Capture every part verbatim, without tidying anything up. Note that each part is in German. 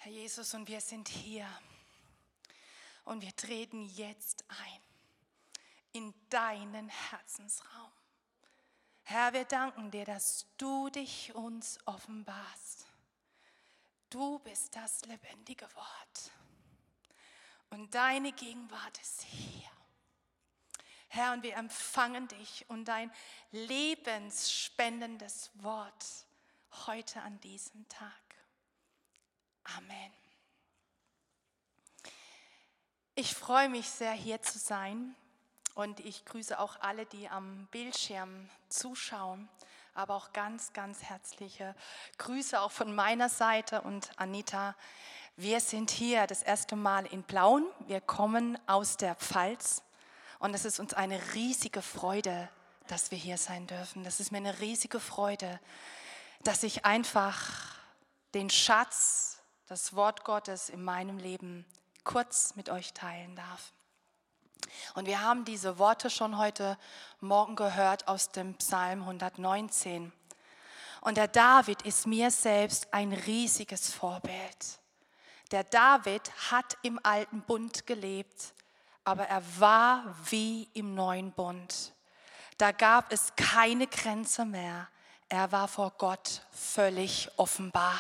Herr Jesus, und wir sind hier und wir treten jetzt ein in deinen Herzensraum. Herr, wir danken dir, dass du dich uns offenbarst. Du bist das lebendige Wort und deine Gegenwart ist hier. Herr, und wir empfangen dich und dein lebensspendendes Wort heute an diesem Tag. Amen. Ich freue mich sehr, hier zu sein und ich grüße auch alle, die am Bildschirm zuschauen, aber auch ganz, ganz herzliche Grüße auch von meiner Seite. Und Anita, wir sind hier das erste Mal in Plauen. Wir kommen aus der Pfalz und es ist uns eine riesige Freude, dass wir hier sein dürfen. Das ist mir eine riesige Freude, dass ich einfach den Schatz, das Wort Gottes in meinem Leben kurz mit euch teilen darf. Und wir haben diese Worte schon heute Morgen gehört aus dem Psalm hundertneunzehn. Und der David ist mir selbst ein riesiges Vorbild. Der David hat im alten Bund gelebt, aber er war wie im neuen Bund. Da gab es keine Grenze mehr. Er war vor Gott völlig offenbar.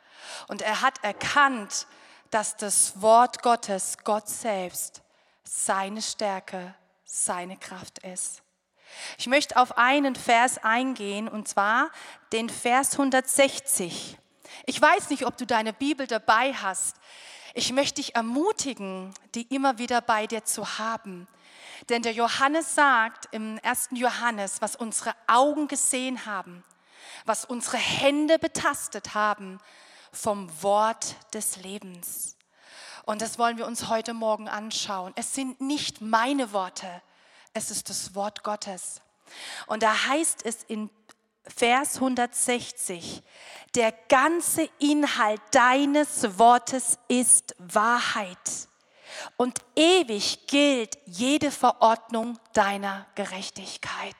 Und er hat erkannt, dass das Wort Gottes, Gott selbst, seine Stärke, seine Kraft ist. Ich möchte auf einen Vers eingehen, und zwar den Vers hundertsechzig. Ich weiß nicht, ob du deine Bibel dabei hast. Ich möchte dich ermutigen, die immer wieder bei dir zu haben. Denn der Johannes sagt im ersten Johannes, was unsere Augen gesehen haben, was unsere Hände betastet haben, vom Wort des Lebens. Und das wollen wir uns heute Morgen anschauen. Es sind nicht meine Worte, es ist das Wort Gottes. Und da heißt es in Vers hundertsechzig, der ganze Inhalt deines Wortes ist Wahrheit und ewig gilt jede Verordnung deiner Gerechtigkeit.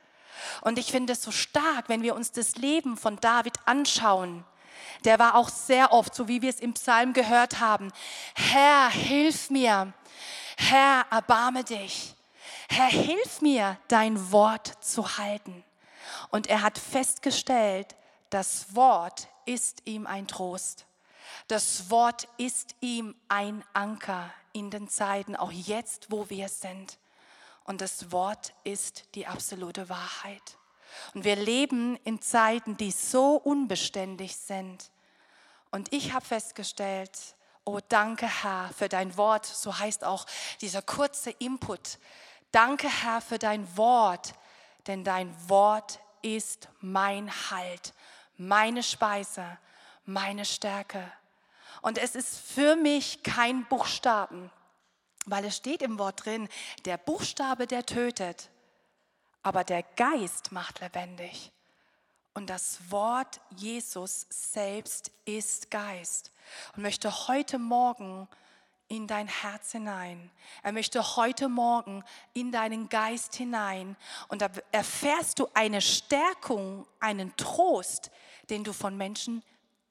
Und ich finde es so stark, wenn wir uns das Leben von David anschauen. Der war auch sehr oft, so wie wir es im Psalm gehört haben, Herr, hilf mir, Herr, erbarme dich, Herr, hilf mir, dein Wort zu halten. Und er hat festgestellt, das Wort ist ihm ein Trost. Das Wort ist ihm ein Anker in den Zeiten, auch jetzt, wo wir sind. Und das Wort ist die absolute Wahrheit. Und wir leben in Zeiten, die so unbeständig sind. Und ich habe festgestellt, oh danke Herr für dein Wort, so heißt auch dieser kurze Input. Danke Herr für dein Wort, denn dein Wort ist mein Halt, meine Speise, meine Stärke. Und es ist für mich kein Buchstaben, weil es steht im Wort drin, der Buchstabe, der tötet. Aber der Geist macht lebendig. Und das Wort Jesus selbst ist Geist und möchte heute Morgen in dein Herz hinein. Er möchte heute Morgen in deinen Geist hinein. Und da erfährst du eine Stärkung, einen Trost, den du von Menschen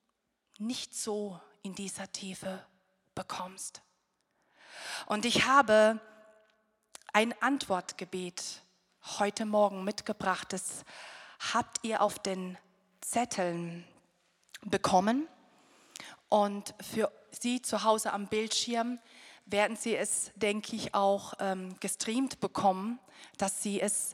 nicht so in dieser Tiefe bekommst. Und ich habe ein Antwortgebet heute Morgen mitgebracht. Das habt ihr auf den Zetteln bekommen. Und für Sie zu Hause am Bildschirm werden Sie es, denke ich, auch ähm, gestreamt bekommen, dass Sie es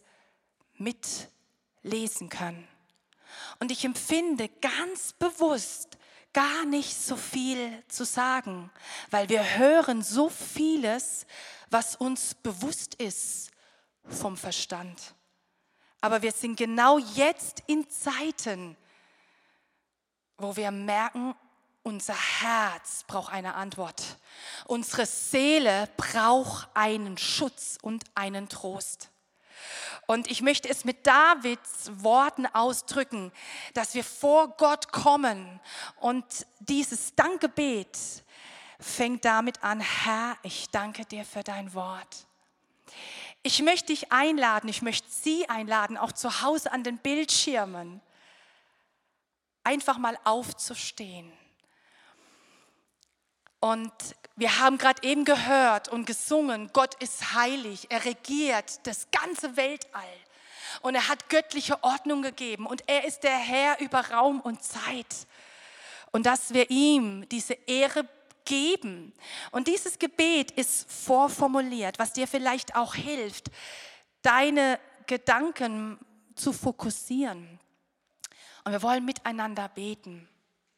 mitlesen können. Und ich empfinde ganz bewusst gar nicht so viel zu sagen, weil wir hören so vieles, was uns bewusst ist vom Verstand. Aber wir sind genau jetzt in Zeiten, wo wir merken, unser Herz braucht eine Antwort. Unsere Seele braucht einen Schutz und einen Trost. Und ich möchte es mit Davids Worten ausdrücken, dass wir vor Gott kommen. Und dieses Dankgebet fängt damit an, Herr, ich danke dir für dein Wort. Ich möchte dich einladen, ich möchte Sie einladen, auch zu Hause an den Bildschirmen, einfach mal aufzustehen. Und wir haben gerade eben gehört und gesungen, Gott ist heilig, er regiert das ganze Weltall. Und er hat göttliche Ordnung gegeben und er ist der Herr über Raum und Zeit. Und dass wir ihm diese Ehre geben. Und dieses Gebet ist vorformuliert, was dir vielleicht auch hilft, deine Gedanken zu fokussieren. Und wir wollen miteinander beten.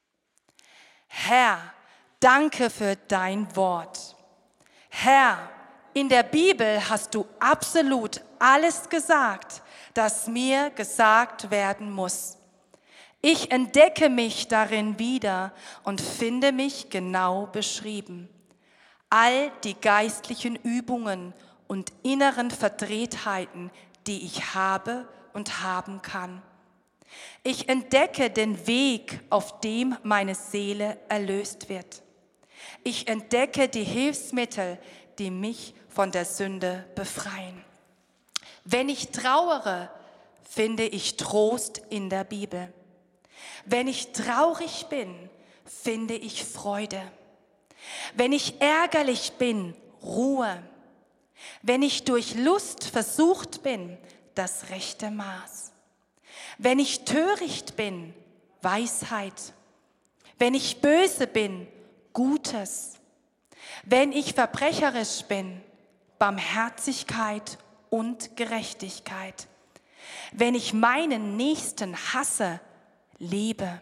Herr, danke für dein Wort. Herr, in der Bibel hast du absolut alles gesagt, das mir gesagt werden muss. Ich entdecke mich darin wieder und finde mich genau beschrieben. All die geistlichen Übungen und inneren Verdrehtheiten, die ich habe und haben kann. Ich entdecke den Weg, auf dem meine Seele erlöst wird. Ich entdecke die Hilfsmittel, die mich von der Sünde befreien. Wenn ich trauere, finde ich Trost in der Bibel. Wenn ich traurig bin, finde ich Freude. Wenn ich ärgerlich bin, Ruhe. Wenn ich durch Lust versucht bin, das rechte Maß. Wenn ich töricht bin, Weisheit. Wenn ich böse bin, Gutes. Wenn ich verbrecherisch bin, Barmherzigkeit und Gerechtigkeit. Wenn ich meinen Nächsten hasse, Liebe.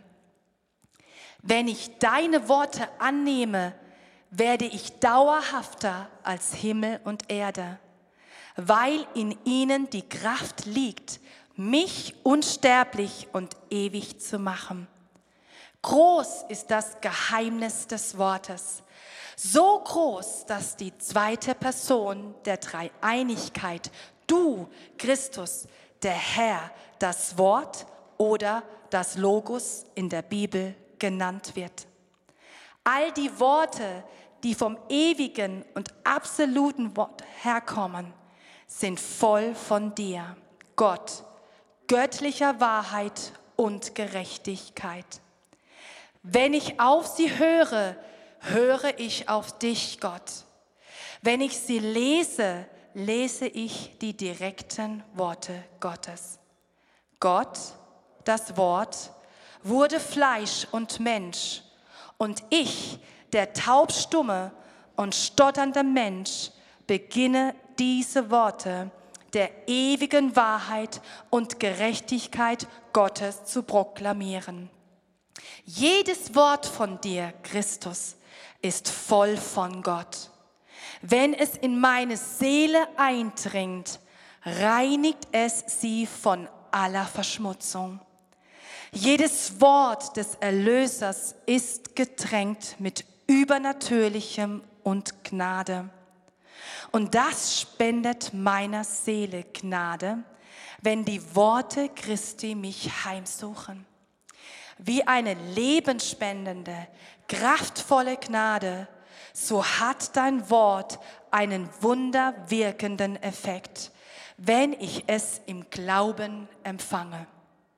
Wenn ich deine Worte annehme, werde ich dauerhafter als Himmel und Erde, weil in ihnen die Kraft liegt, mich unsterblich und ewig zu machen. Groß ist das Geheimnis des Wortes, so groß, dass die zweite Person der Dreieinigkeit, du, Christus, der Herr, das Wort oder das Logos in der Bibel genannt wird. All die Worte, die vom ewigen und absoluten Wort herkommen, sind voll von dir, Gott, göttlicher Wahrheit und Gerechtigkeit. Wenn ich auf sie höre, höre ich auf dich, Gott. Wenn ich sie lese, lese ich die direkten Worte Gottes. Gott, das Wort, wurde Fleisch und Mensch. Und ich, der taubstumme und stotternde Mensch, beginne diese Worte der ewigen Wahrheit und Gerechtigkeit Gottes zu proklamieren. Jedes Wort von dir, Christus, ist voll von Gott. Wenn es in meine Seele eindringt, reinigt es sie von aller Verschmutzung. Jedes Wort des Erlösers ist getränkt mit Übernatürlichem und Gnade. Und das spendet meiner Seele Gnade, wenn die Worte Christi mich heimsuchen. Wie eine lebensspendende, kraftvolle Gnade, so hat dein Wort einen wunderwirkenden Effekt, wenn ich es im Glauben empfange.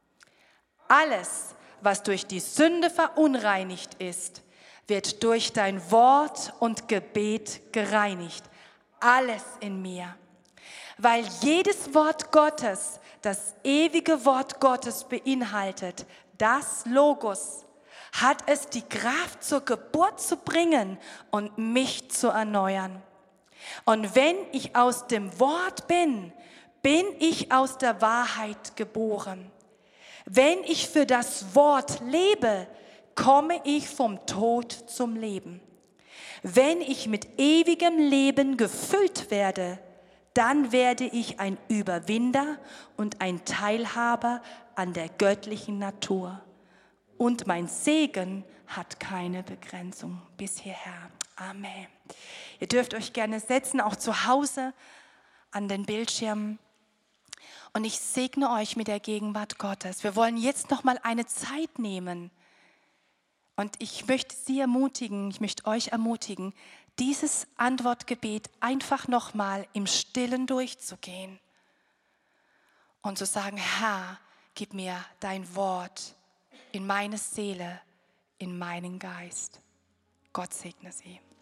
Alles, was durch die Sünde verunreinigt ist, wird durch dein Wort und Gebet gereinigt. Alles in mir. Weil jedes Wort Gottes, das ewige Wort Gottes beinhaltet, das Logos, hat es die Kraft zur Geburt zu bringen und mich zu erneuern. Und wenn ich aus dem Wort bin, bin ich aus der Wahrheit geboren. Wenn ich für das Wort lebe, komme ich vom Tod zum Leben. Wenn ich mit ewigem Leben gefüllt werde, dann werde ich ein Überwinder und ein Teilhaber an der göttlichen Natur. Und mein Segen hat keine Begrenzung bis hierher. Amen. Ihr dürft euch gerne setzen, auch zu Hause an den Bildschirmen. Und ich segne euch mit der Gegenwart Gottes. Wir wollen jetzt noch mal eine Zeit nehmen. Und ich möchte Sie ermutigen, ich möchte euch ermutigen, dieses Antwortgebet einfach noch mal im Stillen durchzugehen. Und zu sagen, Herr, gib mir dein Wort in meine Seele, in meinen Geist. Gott segne Sie.